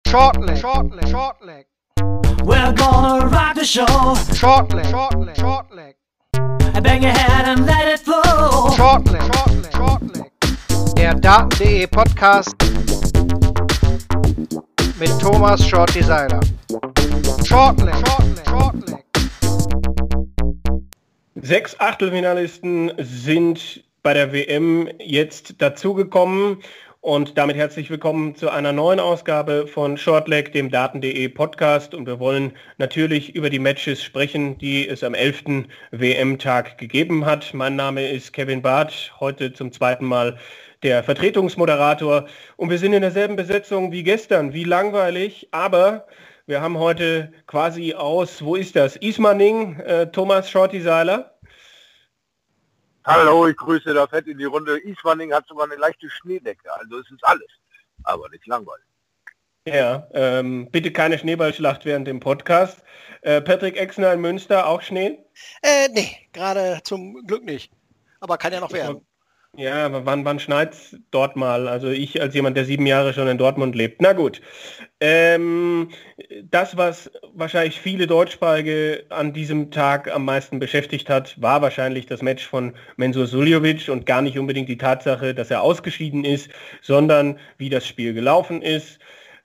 Shortleg. We're gonna rock the show. Shortleg. Bang your head and let it flow. Shortleg. Der Daten.de Podcast mit Thomas Shorty Seiler. Shortleg. 6 Achtelfinalisten sind bei der WM jetzt dazugekommen und damit herzlich willkommen zu einer neuen Ausgabe von Shortleg, dem Daten.de Podcast, und wir wollen natürlich über die Matches sprechen, die es am 11. WM-Tag gegeben hat. Mein Name ist Kevin Barth, heute zum zweiten Mal der Vertretungsmoderator, und wir sind in derselben Besetzung wie gestern. Wie langweilig, aber wir haben heute quasi aus, wo ist das? Ismaning, Thomas Shorty Seiler. Hallo, ich grüße da fett in die Runde. Ismaning hat sogar eine leichte Schneedecke, also es ist alles, aber nicht langweilig. Ja, bitte keine Schneeballschlacht während dem Podcast. Patrick Exner in Münster, auch Schnee? Nee, gerade zum Glück nicht. Aber kann ja noch werden. Ja, aber wann schneit's dort mal? Also ich als jemand, der 7 Jahre schon in Dortmund lebt. Na gut. Das, was wahrscheinlich viele Deutschsprachige an diesem Tag am meisten beschäftigt hat, war wahrscheinlich das Match von Mensur Suljovic und gar nicht unbedingt die Tatsache, dass er ausgeschieden ist, sondern wie das Spiel gelaufen ist,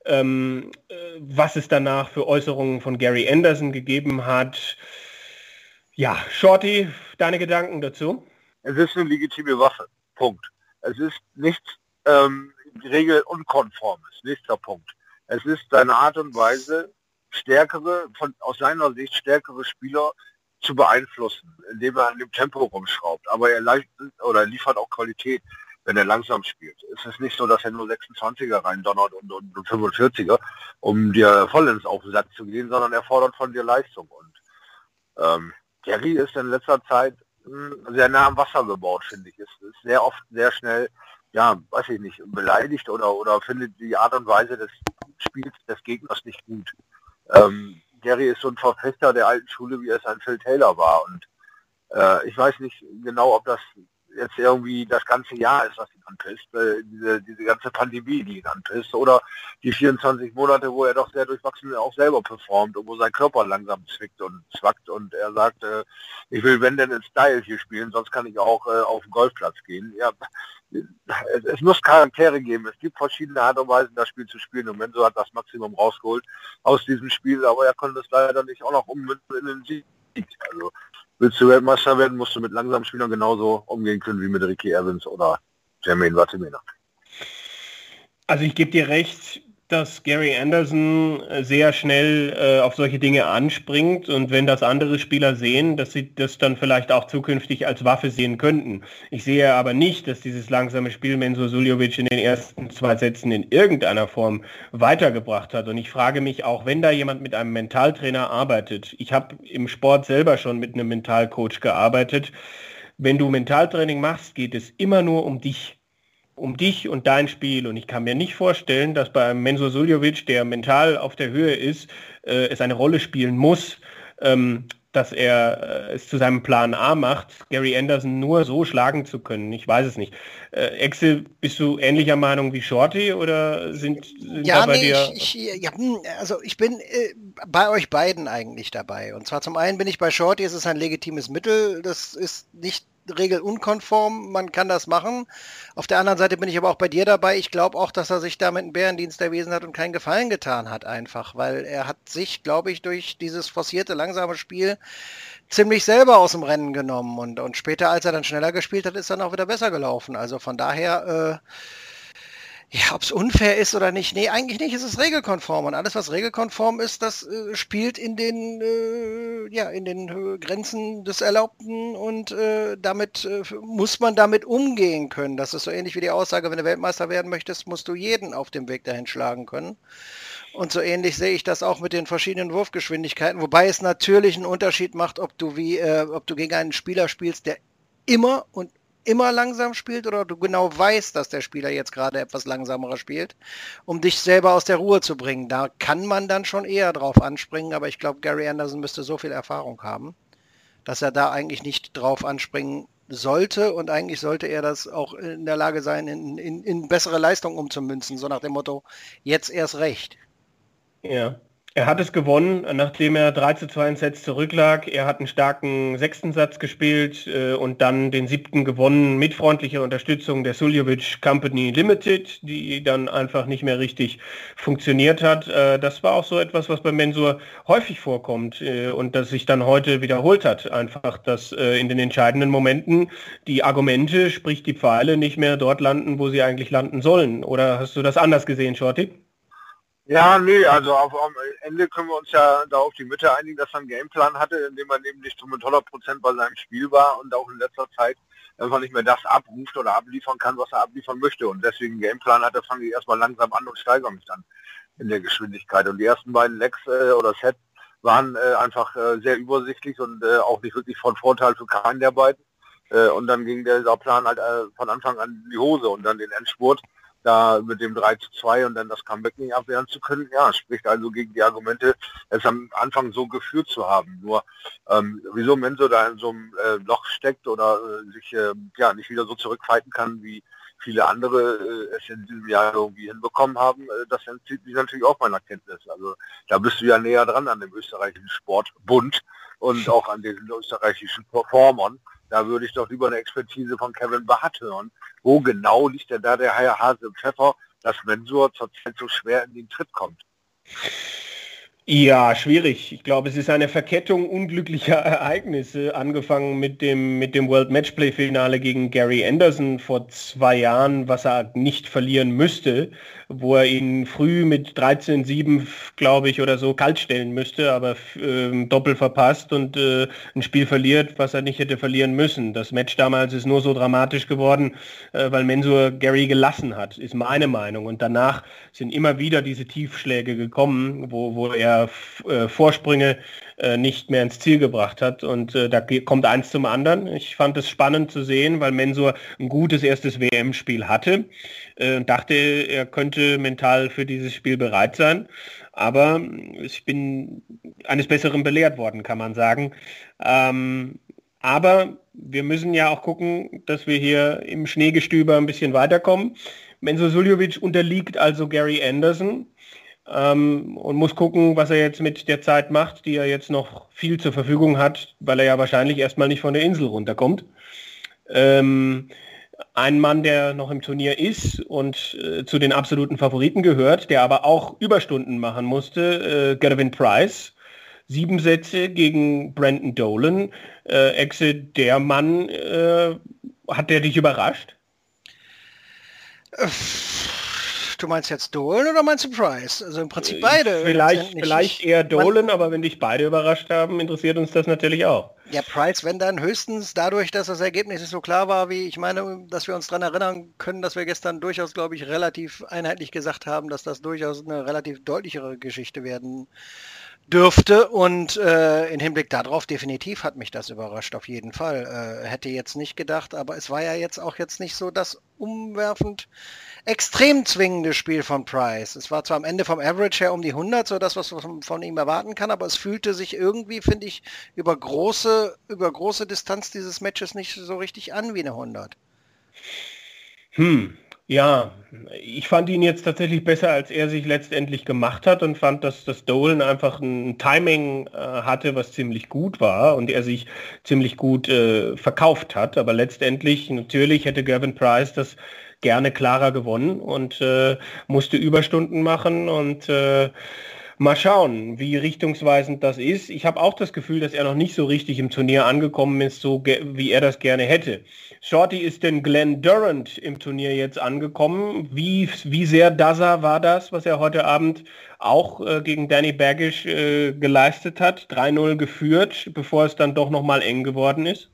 was es danach für Äußerungen von Gary Anderson gegeben hat. Ja, Shorty, deine Gedanken dazu? Es ist eine legitime Waffe, Punkt. Es ist nichts regelunkonformes, nächster Punkt. Es ist seine Art und Weise, aus seiner Sicht stärkere Spieler zu beeinflussen, indem er an dem Tempo rumschraubt. Aber er liefert auch Qualität, wenn er langsam spielt. Es ist nicht so, dass er nur 26er reindonnert und 45er, um dir vollends auf den Satz zu gehen, sondern er fordert von dir Leistung. Und Gary ist in letzter Zeit sehr nah am Wasser gebaut, finde ich. Es ist sehr oft sehr schnell, beleidigt oder findet die Art und Weise des Spiels des Gegners nicht gut. Gary ist so ein Verfechter der alten Schule, wie es ein Phil Taylor war. Und ich weiß nicht genau, ob das jetzt irgendwie das ganze Jahr ist, was ihn anpisst, diese ganze Pandemie, die ihn anpisst, oder die 24 Monate, wo er doch sehr durchwachsen auch selber performt und wo sein Körper langsam zwickt und zwackt und er sagt, ich will wenn denn in Style hier spielen, sonst kann ich auch auf den Golfplatz gehen. Ja, es muss Charaktere geben, es gibt verschiedene Art und Weisen, das Spiel zu spielen, und Mensur hat das Maximum rausgeholt aus diesem Spiel, aber er konnte es leider nicht auch noch ummünzen in den Sieg. Also willst du Weltmeister werden, musst du mit langsamen Spielern genauso umgehen können wie mit Ricky Evans oder Jermaine Vatimena. Also ich gebe dir recht, dass Gary Anderson sehr schnell auf solche Dinge anspringt, und wenn das andere Spieler sehen, dass sie das dann vielleicht auch zukünftig als Waffe sehen könnten. Ich sehe aber nicht, dass dieses langsame Spiel Mensur Suljovic in den ersten 2 Sätzen in irgendeiner Form weitergebracht hat. Und ich frage mich auch, wenn da jemand mit einem Mentaltrainer arbeitet, ich habe im Sport selber schon mit einem Mentalcoach gearbeitet, wenn du Mentaltraining machst, geht es immer nur um dich und dein Spiel, und ich kann mir nicht vorstellen, dass bei einem Mensur Suljovic, der mental auf der Höhe ist, es eine Rolle spielen muss, dass er es zu seinem Plan A macht, Gary Anderson nur so schlagen zu können. Ich weiß es nicht. Exe, bist du ähnlicher Meinung wie Shorty, oder sind da bei dir... Ich bin bei euch beiden eigentlich dabei. Und zwar zum einen bin ich bei Shorty, es ist ein legitimes Mittel, das ist nicht regelunkonform, man kann das machen. Auf der anderen Seite bin ich aber auch bei dir dabei. Ich glaube auch, dass er sich damit einen Bärendienst erwiesen hat und keinen Gefallen getan hat einfach, weil er hat sich, glaube ich, durch dieses forcierte, langsame Spiel ziemlich selber aus dem Rennen genommen, und später, als er dann schneller gespielt hat, ist dann auch wieder besser gelaufen. Also von daher, ob es unfair ist oder nicht, nee, eigentlich nicht, es ist regelkonform, und alles, was regelkonform ist, das spielt in den Grenzen des Erlaubten, und damit muss man damit umgehen können. Das ist so ähnlich wie die Aussage, wenn du Weltmeister werden möchtest, musst du jeden auf dem Weg dahin schlagen können. Und so ähnlich sehe ich das auch mit den verschiedenen Wurfgeschwindigkeiten, wobei es natürlich einen Unterschied macht, ob du gegen einen Spieler spielst, der immer langsam spielt, oder du genau weißt, dass der Spieler jetzt gerade etwas langsamerer spielt, um dich selber aus der Ruhe zu bringen. Da kann man dann schon eher drauf anspringen, aber ich glaube, Gary Anderson müsste so viel Erfahrung haben, dass er da eigentlich nicht drauf anspringen sollte, und eigentlich sollte er das auch in der Lage sein, in bessere Leistung umzumünzen, so nach dem Motto, jetzt erst recht. Ja. Er hat es gewonnen, nachdem er 3:2 in Sets zurücklag. Er hat einen starken 6. Satz gespielt und dann den 7. gewonnen mit freundlicher Unterstützung der Suljovic Company Limited, die dann einfach nicht mehr richtig funktioniert hat. Das war auch so etwas, was bei Mensur häufig vorkommt und das sich dann heute wiederholt hat. Einfach, dass in den entscheidenden Momenten die Argumente, sprich die Pfeile, nicht mehr dort landen, wo sie eigentlich landen sollen. Oder hast du das anders gesehen, Shorty? Ja, nee, also am Ende können wir uns ja da auf die Mitte einigen, dass er einen Gameplan hatte, in dem man eben nicht so mit 100% bei seinem Spiel war und auch in letzter Zeit einfach nicht mehr das abruft oder abliefern kann, was er abliefern möchte. Und deswegen einen Gameplan hatte, fange ich erstmal langsam an und steigere mich dann in der Geschwindigkeit. Und die ersten beiden Legs oder Sets waren einfach sehr übersichtlich und auch nicht wirklich von Vorteil für keinen der beiden. Und dann ging dieser Plan halt von Anfang an in die Hose und dann den Endspurt da mit dem 3:2 und dann das Comeback nicht abwehren zu können, ja, spricht also gegen die Argumente, es am Anfang so geführt zu haben. Nur wieso Mensur da in so einem Loch steckt oder sich ja nicht wieder so zurückfighten kann, wie viele andere es in diesem Jahr irgendwie hinbekommen haben, das entzieht sich natürlich auch meiner Kenntnis. Also da bist du ja näher dran an dem österreichischen Sportbund und auch an den österreichischen Performern. Da würde ich doch lieber eine Expertise von Kevin Barth hören. Wo genau liegt denn da der Hase im Pfeffer, dass Mensur zurzeit so schwer in den Tritt kommt? Ja, schwierig. Ich glaube, es ist eine Verkettung unglücklicher Ereignisse, angefangen mit dem World Matchplay Finale gegen Gary Anderson vor 2 Jahren, was er nicht verlieren müsste, wo er ihn früh mit 13:7, glaube ich, oder so kalt stellen müsste, aber Doppel verpasst und ein Spiel verliert, was er nicht hätte verlieren müssen. Das Match damals ist nur so dramatisch geworden, weil Mensur Gary gelassen hat, ist meine Meinung. Und danach sind immer wieder diese Tiefschläge gekommen, wo er Vorsprünge nicht mehr ins Ziel gebracht hat und da kommt eins zum anderen. Ich fand es spannend zu sehen, weil Mensur ein gutes erstes WM-Spiel hatte und dachte, er könnte mental für dieses Spiel bereit sein, aber ich bin eines Besseren belehrt worden, kann man sagen. Aber wir müssen ja auch gucken, dass wir hier im Schneegestöber ein bisschen weiterkommen. Mensur Suljovic unterliegt also Gary Anderson und muss gucken, was er jetzt mit der Zeit macht, die er jetzt noch viel zur Verfügung hat, weil er ja wahrscheinlich erstmal nicht von der Insel runterkommt. Ein Mann, der noch im Turnier ist und zu den absoluten Favoriten gehört, der aber auch Überstunden machen musste, Gervin Price. 7 Sätze gegen Brandon Dolan. Exe, der Mann, hat der dich überrascht? Du meinst jetzt Dolan oder meinst du Price? Also im Prinzip beide. Vielleicht eher Dolan, aber wenn dich beide überrascht haben, interessiert uns das natürlich auch. Ja, Price, wenn dann höchstens dadurch, dass das Ergebnis nicht so klar war, wie ich meine, dass wir uns daran erinnern können, dass wir gestern durchaus, glaube ich, relativ einheitlich gesagt haben, dass das durchaus eine relativ deutlichere Geschichte werden dürfte und in Hinblick darauf definitiv hat mich das überrascht, auf jeden Fall. Hätte jetzt nicht gedacht, aber es war ja jetzt auch nicht so das umwerfend extrem zwingende Spiel von Price. Es war zwar am Ende vom Average her um die 100, so das, was man von ihm erwarten kann, aber es fühlte sich irgendwie, finde ich, über große Distanz dieses Matches nicht so richtig an wie eine 100. Ja, ich fand ihn jetzt tatsächlich besser, als er sich letztendlich gemacht hat und fand, dass das Dolan einfach ein Timing hatte, was ziemlich gut war und er sich ziemlich gut verkauft hat. Aber letztendlich, natürlich hätte Gervin Price das gerne klarer gewonnen und musste Überstunden machen und mal schauen, wie richtungsweisend das ist. Ich habe auch das Gefühl, dass er noch nicht so richtig im Turnier angekommen ist, so wie er das gerne hätte. Shorty, ist denn Glenn Durrant im Turnier jetzt angekommen? Wie sehr Daza war das, was er heute Abend auch gegen Danny Baggish geleistet hat? 3:0 geführt, bevor es dann doch nochmal eng geworden ist?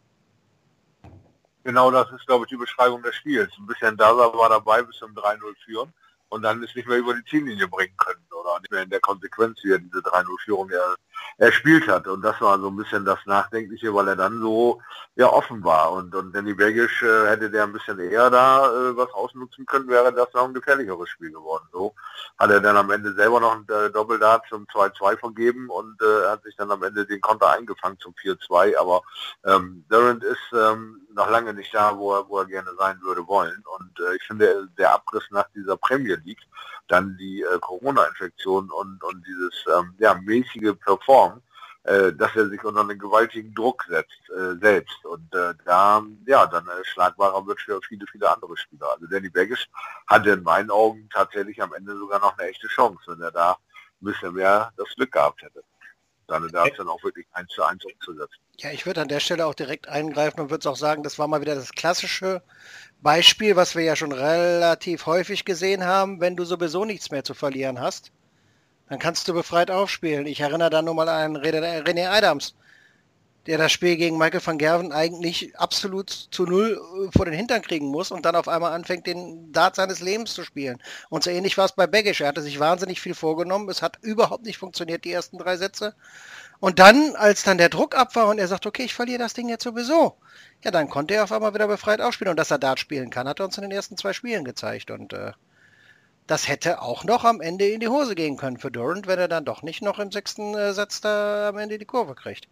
Genau, das ist, glaube ich, die Beschreibung des Spiels. Ein bisschen Daza war dabei bis zum 3:0 führen und dann ist nicht mehr über die Ziellinie bringen können oder nicht mehr in der Konsequenz, wie er diese 3:0-Führung erspielt hat. Und das war so ein bisschen das Nachdenkliche, weil er dann so offen war. Und Danny Baggish hätte der ein bisschen eher da was ausnutzen können, wäre das noch ein gefährlicheres Spiel geworden. So hat er dann am Ende selber noch ein Doppeldart zum 2:2 vergeben und hat sich dann am Ende den Konter eingefangen zum 4:2. Aber Durrant ist noch lange nicht da, wo er gerne sein würde wollen. Und ich finde, der Abriss nach dieser Premier League dann die Corona-Infektion und dieses mäßige Performen, dass er sich unter einen gewaltigen Druck setzt selbst und dann schlagbarer wird für viele, viele andere Spieler. Also Danny Baggish hatte in meinen Augen tatsächlich am Ende sogar noch eine echte Chance, wenn er da ein bisschen mehr das Glück gehabt hätte. Dann auch wirklich 1:1 umzusetzen. Ja, ich würde an der Stelle auch direkt eingreifen und würde auch sagen, das war mal wieder das klassische Beispiel, was wir ja schon relativ häufig gesehen haben. Wenn du sowieso nichts mehr zu verlieren hast, dann kannst du befreit aufspielen. Ich erinnere da nur mal an René Adams, der das Spiel gegen Michael van Gerwen eigentlich absolut zu 0 vor den Hintern kriegen muss und dann auf einmal anfängt, den Dart seines Lebens zu spielen. Und so ähnlich war es bei Baggish. Er hatte sich wahnsinnig viel vorgenommen. Es hat überhaupt nicht funktioniert, die ersten 3 Sätze. Und dann, als dann der Druck ab war und er sagt, okay, ich verliere das Ding jetzt sowieso, ja, dann konnte er auf einmal wieder befreit aufspielen. Und dass er Dart spielen kann, hat er uns in den ersten 2 Spielen gezeigt. Und das hätte auch noch am Ende in die Hose gehen können für Durant, wenn er dann doch nicht noch im 6. Satz da am Ende die Kurve kriegt.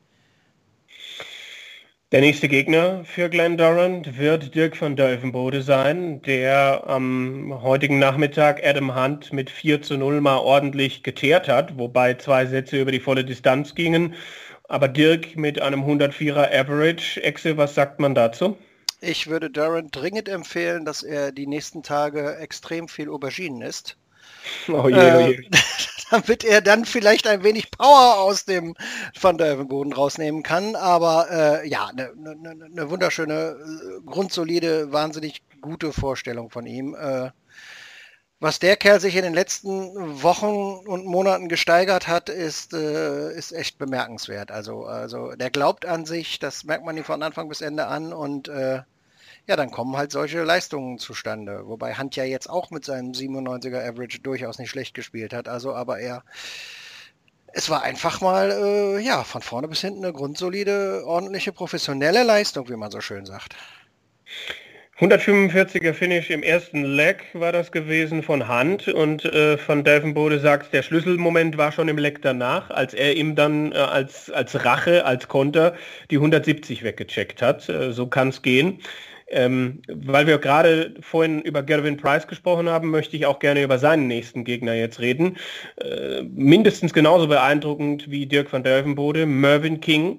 Der nächste Gegner für Glenn Durant wird Dirk van Duijvenbode sein, der am heutigen Nachmittag Adam Hunt mit 4:0 mal ordentlich geteert hat, wobei 2 Sätze über die volle Distanz gingen. Aber Dirk mit einem 104er Average. Exe, was sagt man dazu? Ich würde Durant dringend empfehlen, dass er die nächsten Tage extrem viel Auberginen isst. Oh je. Damit er dann vielleicht ein wenig Power aus dem Van Duijvenbode rausnehmen kann. Aber eine wunderschöne, grundsolide, wahnsinnig gute Vorstellung von ihm. Was der Kerl sich in den letzten Wochen und Monaten gesteigert hat, ist echt bemerkenswert. Also der glaubt an sich, das merkt man ihm von Anfang bis Ende an und dann kommen halt solche Leistungen zustande. Wobei Hunt ja jetzt auch mit seinem 97er Average durchaus nicht schlecht gespielt hat. Also, aber es war einfach mal, von vorne bis hinten eine grundsolide, ordentliche, professionelle Leistung, wie man so schön sagt. 145er Finish im ersten Leg war das gewesen von Hunt und Van Duijvenbode sagt, der Schlüsselmoment war schon im Leg danach, als er ihm dann als Rache, als Konter die 170 weggecheckt hat. So kann es gehen. Weil wir gerade vorhin über Gervin Price gesprochen haben, möchte ich auch gerne über seinen nächsten Gegner jetzt reden. Mindestens genauso beeindruckend wie Dirk van Duijvenbode, Mervyn King.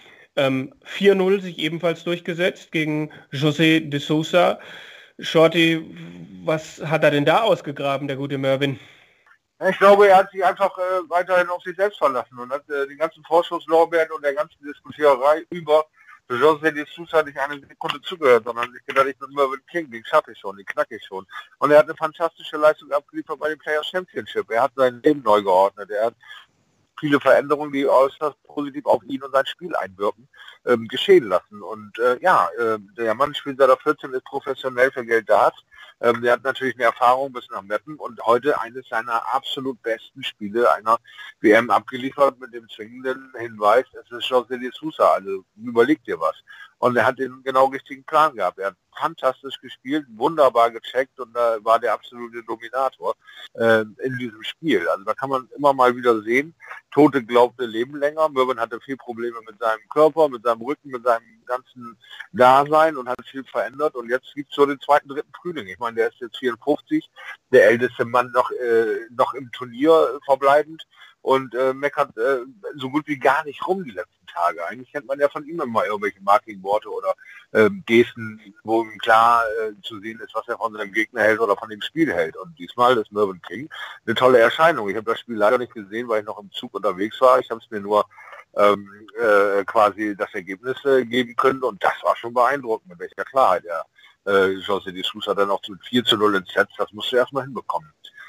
4:0 sich ebenfalls durchgesetzt gegen José de Sousa. Shorty, was hat er denn da ausgegraben, der gute Mervyn? Ich glaube, er hat sich einfach weiterhin auf sich selbst verlassen und hat den ganzen Vorschusslorbeeren und der ganzen Diskutiererei über José de Sousa nicht eine Sekunde zugehört, sondern sich gedacht, ich bin Mervyn King, den schaffe ich schon, den knacke ich schon. Und er hat eine fantastische Leistung abgeliefert bei dem Players Championship. Er hat sein Leben neu geordnet. Er hat viele Veränderungen, die äußerst positiv auf ihn und sein Spiel einwirken, geschehen lassen. Und der Mann spielt seit er 14, ist professionell für Geld Darts. Der hat natürlich eine Erfahrung bis nach Meppen und heute eines seiner absolut besten Spiele einer WM abgeliefert mit dem zwingenden Hinweis, es ist José de Sousa, also überleg dir was. Und er hat den genau richtigen Plan gehabt. Er hat fantastisch gespielt, wunderbar gecheckt und da war der absolute Dominator in diesem Spiel. Also da kann man immer mal wieder sehen, Tote glaubte leben länger. Mervyn hatte viel Probleme mit seinem Körper, mit seinem Rücken, mit seinem ganzen Dasein und hat viel verändert. Und jetzt gibt es so den 2., 3. Frühling. Ich meine, der ist jetzt 54, der älteste Mann noch im Turnier verbleibend und meckert so gut wie gar nicht rum die letzten Tage. Eigentlich kennt man ja von ihm immer irgendwelche Marking-Worte oder Gesten, wo ihm klar zu sehen ist, was er von seinem Gegner hält oder von dem Spiel hält. Und diesmal ist Mervyn King eine tolle Erscheinung. Ich habe das Spiel leider nicht gesehen, weil ich noch im Zug unterwegs war. Ich habe es mir nur quasi das Ergebnis geben können und das war schon beeindruckend, mit welcher Klarheit er José de Sousa dann auch zu 4:0 ins Set, das musst du erstmal hinbekommen,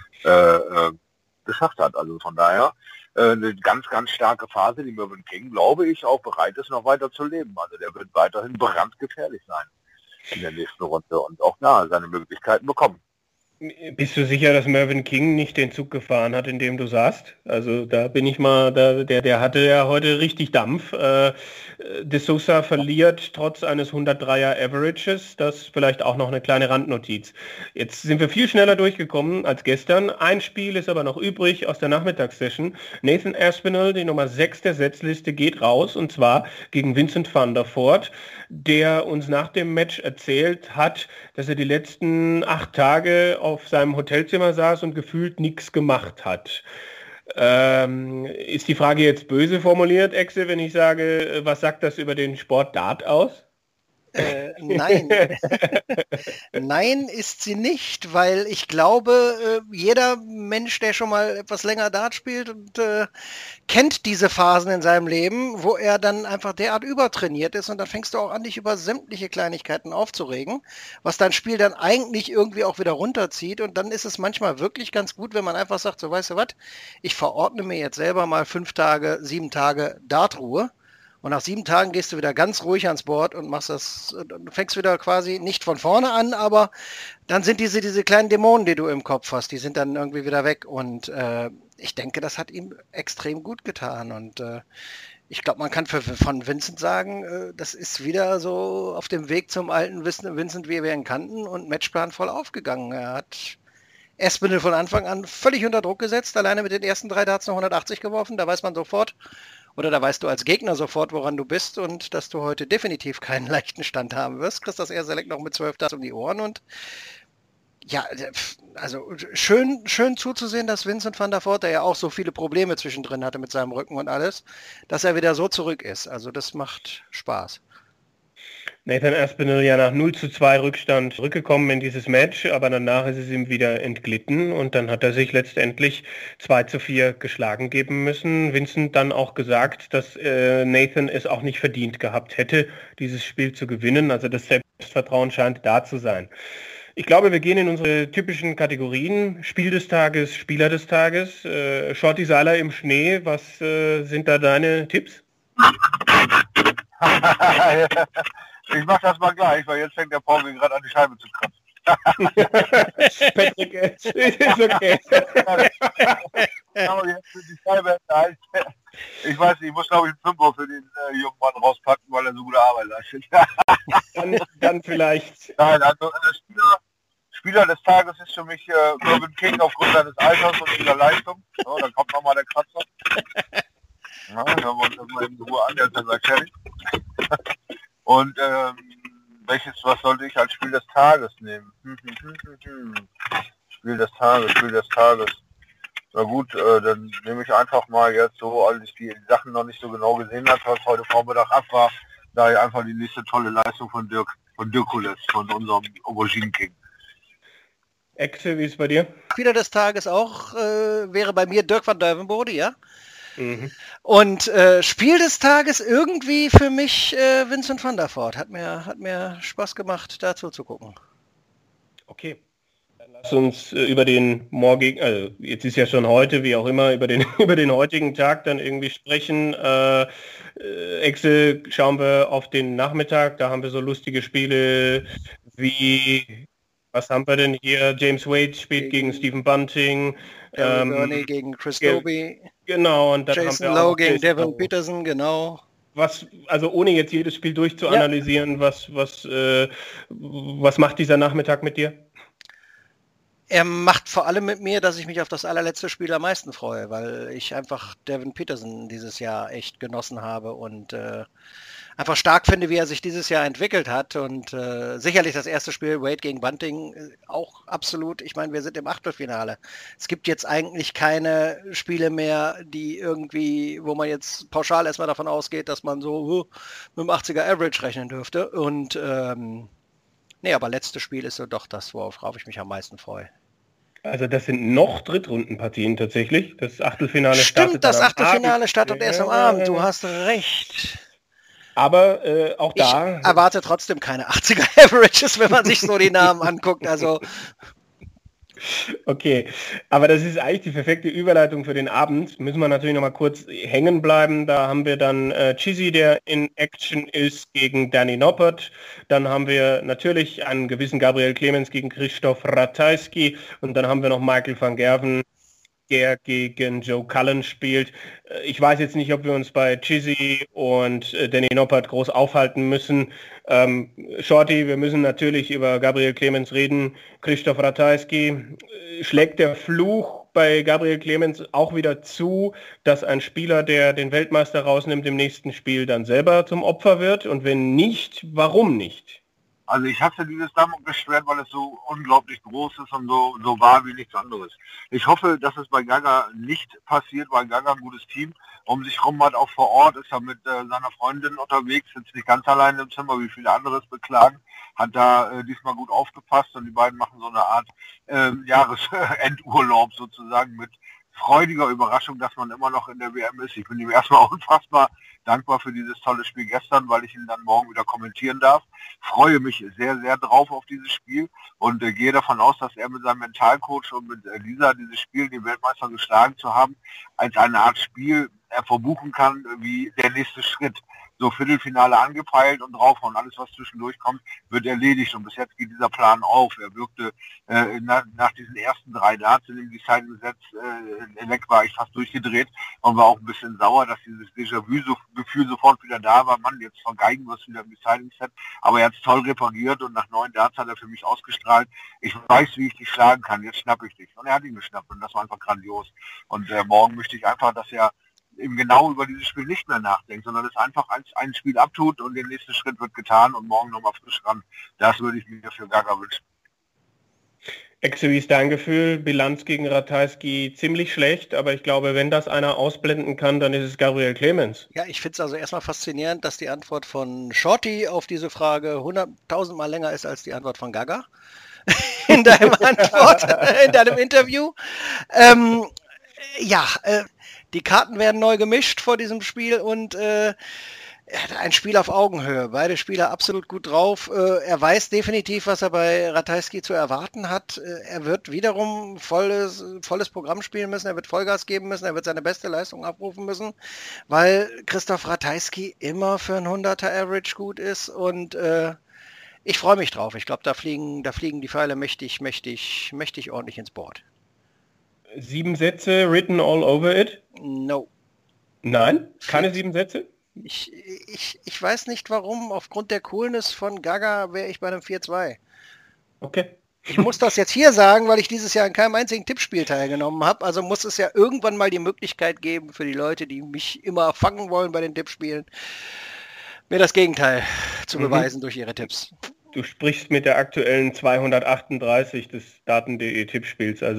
geschafft hat. Also von daher eine ganz, ganz starke Phase, die Mervyn King, glaube ich, auch bereit ist, noch weiter zu leben. Also der wird weiterhin brandgefährlich sein in der nächsten Runde und auch seine Möglichkeiten bekommen. Bist du sicher, dass Mervyn King nicht den Zug gefahren hat, in dem du saßt? Also da bin ich mal, der hatte ja heute richtig Dampf. De Sousa verliert trotz eines 103er Averages, das vielleicht auch noch eine kleine Randnotiz. Jetzt sind wir viel schneller durchgekommen als gestern. Ein Spiel ist aber noch übrig aus der Nachmittagssession. Nathan Aspinall, die Nummer 6 der Setzliste, geht raus und zwar gegen Vincent van der Voort, der uns nach dem Match erzählt hat, dass er die letzten 8 Tage auf seinem Hotelzimmer saß und gefühlt nichts gemacht hat. Ist die Frage jetzt böse formuliert, Exe, wenn ich sage, was sagt das über den Sport Dart aus? Nein. Nein ist sie nicht, weil ich glaube, jeder Mensch, der schon mal etwas länger Dart spielt und kennt diese Phasen in seinem Leben, wo er dann einfach derart übertrainiert ist und dann fängst du auch an, dich über sämtliche Kleinigkeiten aufzuregen, was dein Spiel dann eigentlich irgendwie auch wieder runterzieht und dann ist es manchmal wirklich ganz gut, wenn man einfach sagt, so weißt du was, ich verordne mir jetzt selber mal 5 Tage, 7 Tage Dartruhe. Und nach 7 Tagen gehst du wieder ganz ruhig ans Board und machst das, du fängst wieder quasi nicht von vorne an, aber dann sind diese kleinen Dämonen, die du im Kopf hast, die sind dann irgendwie wieder weg. Und ich denke, das hat ihm extrem gut getan. Und ich glaube, man kann von Vincent sagen, das ist wieder so auf dem Weg zum alten Vincent, wie wir ihn kannten und Matchplan voll aufgegangen. Er hat Espinel von Anfang an völlig unter Druck gesetzt, alleine mit den ersten 3 Darts noch 180 geworfen, da weiß man sofort, oder da weißt du als Gegner sofort, woran du bist und dass du heute definitiv keinen leichten Stand haben wirst. Kriegst das Select noch mit 12 Darts um die Ohren und ja, also schön zuzusehen, dass Vincent van der Voort, der ja auch so viele Probleme zwischendrin hatte mit seinem Rücken und alles, dass er wieder so zurück ist. Also das macht Spaß. Nathan Aspinall ja nach 0:2 Rückstand zurückgekommen in dieses Match, aber danach ist es ihm wieder entglitten und dann hat er sich letztendlich 2:4 geschlagen geben müssen. Vincent dann auch gesagt, dass Nathan es auch nicht verdient gehabt hätte, dieses Spiel zu gewinnen. Also das Selbstvertrauen scheint da zu sein. Ich glaube, wir gehen in unsere typischen Kategorien. Spiel des Tages, Spieler des Tages. Shorty Seiler im Schnee, was sind da deine Tipps? Ich mach das mal gleich, weil jetzt fängt der Paul gerade an, die Scheibe zu kratzen. Patrick, ist okay. Aber jetzt die Scheibe enthalten. Ich weiß nicht, ich muss glaube ich einen 5er für den jungen Mann rauspacken, weil er so gute Arbeit leistet. dann vielleicht. Nein, also Spieler des Tages ist für mich Mervyn King aufgrund seines Alters und seiner Leistung. So, dann kommt nochmal der Kratzer. Ja, hören wir uns das mal in Ruhe an, der ist dann gleich fertig. Und was sollte ich als Spiel des Tages nehmen? Spiel des Tages. Na gut, dann nehme ich einfach mal jetzt so, als ich die Sachen noch nicht so genau gesehen habe, was heute Vormittag ab war, da ich einfach die nächste tolle Leistung von Dirkules, von unserem Aubergine King. Exe, wie ist es bei dir? Spieler des Tages auch wäre bei mir Dirk van Duivenbode, ja. Mhm. Und Spiel des Tages irgendwie für mich Vincent van der Voort. Hat mir Spaß gemacht, dazu zu gucken. Okay. Dann lass uns über den morgigen, also jetzt ist ja schon heute, wie auch immer, über den heutigen Tag dann irgendwie sprechen. Exe, schauen wir auf den Nachmittag, da haben wir so lustige Spiele wie, was haben wir denn hier? James Wade spielt gegen Stephen Bunting. Bernie gegen Chris Dobie. Genau, und dann Jason haben wir Lowe gegen Devin Peterson, genau. Also ohne jetzt jedes Spiel durchzuanalysieren, ja. Was macht dieser Nachmittag mit dir? Er macht vor allem mit mir, dass ich mich auf das allerletzte Spiel am meisten freue, weil ich einfach Devin Peterson dieses Jahr echt genossen habe und einfach stark finde, wie er sich dieses Jahr entwickelt hat und sicherlich das erste Spiel Wade gegen Bunting auch absolut, ich meine, wir sind im Achtelfinale. Es gibt jetzt eigentlich keine Spiele mehr, die irgendwie, wo man jetzt pauschal erstmal davon ausgeht, dass man so mit dem 80er Average rechnen dürfte und nee, aber letztes Spiel ist so doch das, worauf ich mich am meisten freue. Also das sind noch Drittrundenpartien tatsächlich. Das Achtelfinale startet das Achtelfinale startet erst am Abend. Du hast recht. Aber auch da... Ich erwarte trotzdem keine 80er Averages, wenn man sich so die Namen anguckt. Also... Okay, aber das ist eigentlich die perfekte Überleitung für den Abend. Müssen wir natürlich noch mal kurz hängen bleiben. Da haben wir dann Chizzy, der in Action ist gegen Danny Noppert. Dann haben wir natürlich einen gewissen Gabriel Clemens gegen Krzysztof Ratajski. Und dann haben wir noch Michael van Gerven, der gegen Joe Cullen spielt. Ich weiß jetzt nicht, ob wir uns bei Chizzy und Danny Noppert groß aufhalten müssen. Shorty, wir müssen natürlich über Gabriel Clemens reden. Krzysztof Ratajski, schlägt der Fluch bei Gabriel Clemens auch wieder zu, dass ein Spieler, der den Weltmeister rausnimmt, im nächsten Spiel dann selber zum Opfer wird? Und wenn nicht, warum nicht? Also ich hasse dieses Damoklesschwert, weil es so unglaublich groß ist und so wahr wie nichts anderes. Ich hoffe, dass es bei Gaga nicht passiert, weil Gaga ein gutes Team um sich rum hat, auch vor Ort, ist er mit seiner Freundin unterwegs, sitzt nicht ganz alleine im Zimmer, wie viele andere es beklagen, hat da diesmal gut aufgepasst und die beiden machen so eine Art Jahresendurlaub sozusagen mit freudiger Überraschung, dass man immer noch in der WM ist. Ich bin ihm erstmal unfassbar dankbar für dieses tolle Spiel gestern, weil ich ihn dann morgen wieder kommentieren darf. Freue mich sehr, sehr drauf auf dieses Spiel und gehe davon aus, dass er mit seinem Mentalcoach und mit Lisa dieses Spiel, die Weltmeister geschlagen zu haben, als eine Art Spiel verbuchen kann, wie der nächste Schritt. So Viertelfinale angepeilt und draufhauen. Alles, was zwischendurch kommt, wird erledigt. Und bis jetzt geht dieser Plan auf. Er wirkte nach diesen ersten 3 Darts in dem Deciding Set weg, war ich fast durchgedreht und war auch ein bisschen sauer, dass dieses Déjà-vu-Gefühl sofort wieder da war. Mann, jetzt vergeigen wir es wieder im Deciding Set. Aber er hat es toll repariert und nach 9 Darts hat er für mich ausgestrahlt. Ich weiß, wie ich dich schlagen kann. Jetzt schnappe ich dich. Und er hat ihn geschnappt und das war einfach grandios. Und morgen möchte ich einfach, dass er eben genau über dieses Spiel nicht mehr nachdenkt, sondern es einfach als ein Spiel abtut und der nächste Schritt wird getan und morgen nochmal frisch ran. Das würde ich mir für Gaga wünschen. Exe, wie ist dein Gefühl? Bilanz gegen Ratajski ziemlich schlecht, aber ich glaube, wenn das einer ausblenden kann, dann ist es Gabriel Clemens. Ja, ich finde es also erstmal faszinierend, dass die Antwort von Shorty auf diese Frage 100.000 Mal länger ist als die Antwort von Gaga in deinem in deinem Interview. Die Karten werden neu gemischt vor diesem Spiel und ein Spiel auf Augenhöhe. Beide Spieler absolut gut drauf. Er weiß definitiv, was er bei Ratajski zu erwarten hat. Er wird wiederum volles Programm spielen müssen. Er wird Vollgas geben müssen. Er wird seine beste Leistung abrufen müssen, weil Christoph Ratajski immer für ein 100er Average gut ist und ich freue mich drauf. Ich glaube, da fliegen die Pfeile mächtig ordentlich ins Board. 7 Sätze written all over it? No. Nein? Keine 7 Sätze? Ich weiß nicht warum. Aufgrund der Coolness von Gaga wäre ich bei einem 4-2. Okay. Ich muss das jetzt hier sagen, weil ich dieses Jahr in keinem einzigen Tippspiel teilgenommen habe. Also muss es ja irgendwann mal die Möglichkeit geben für die Leute, die mich immer fangen wollen bei den Tippspielen, mir das Gegenteil zu beweisen durch ihre Tipps. Du sprichst mit der aktuellen 238 des Daten.de Tippspiels. Also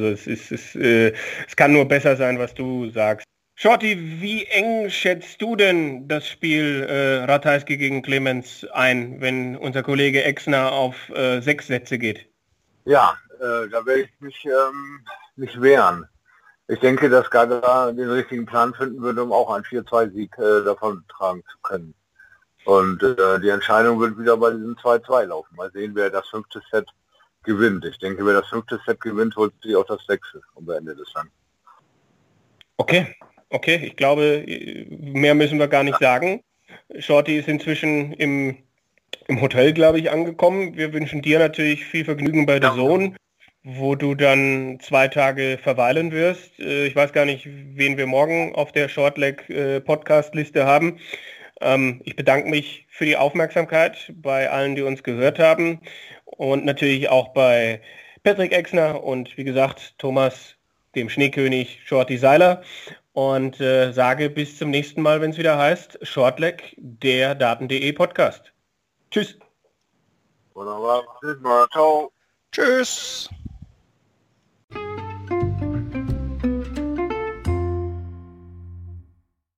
es kann nur besser sein, was du sagst. Shorty, wie eng schätzt du denn das Spiel Ratajski gegen Clemens ein, wenn unser Kollege Exner auf 6 Sätze geht? Ja, da werde ich mich nicht wehren. Ich denke, dass Gaga den richtigen Plan finden würde, um auch einen 4-2-Sieg davon tragen zu können. Und die Entscheidung wird wieder bei diesem 2-2 laufen. Mal sehen, wer das 5. Set gewinnt. Ich denke, wer das 5. Set gewinnt, holt sich auch das 6. und beendet es dann. Okay, ich glaube, mehr müssen wir gar nicht sagen. Shorty ist inzwischen im Hotel, glaube ich, angekommen. Wir wünschen dir natürlich viel Vergnügen bei der Zone, wo du dann 2 Tage verweilen wirst. Ich weiß gar nicht, wen wir morgen auf der Shortleg Podcast-Liste haben. Ich bedanke mich für die Aufmerksamkeit bei allen, die uns gehört haben und natürlich auch bei Patrick Exner und wie gesagt Thomas, dem Schneekönig Shorty Seiler und sage bis zum nächsten Mal, wenn es wieder heißt Shortleg, der Daten.de Podcast. Tschüss. Wunderbar. Bis mal. Ciao. Tschüss.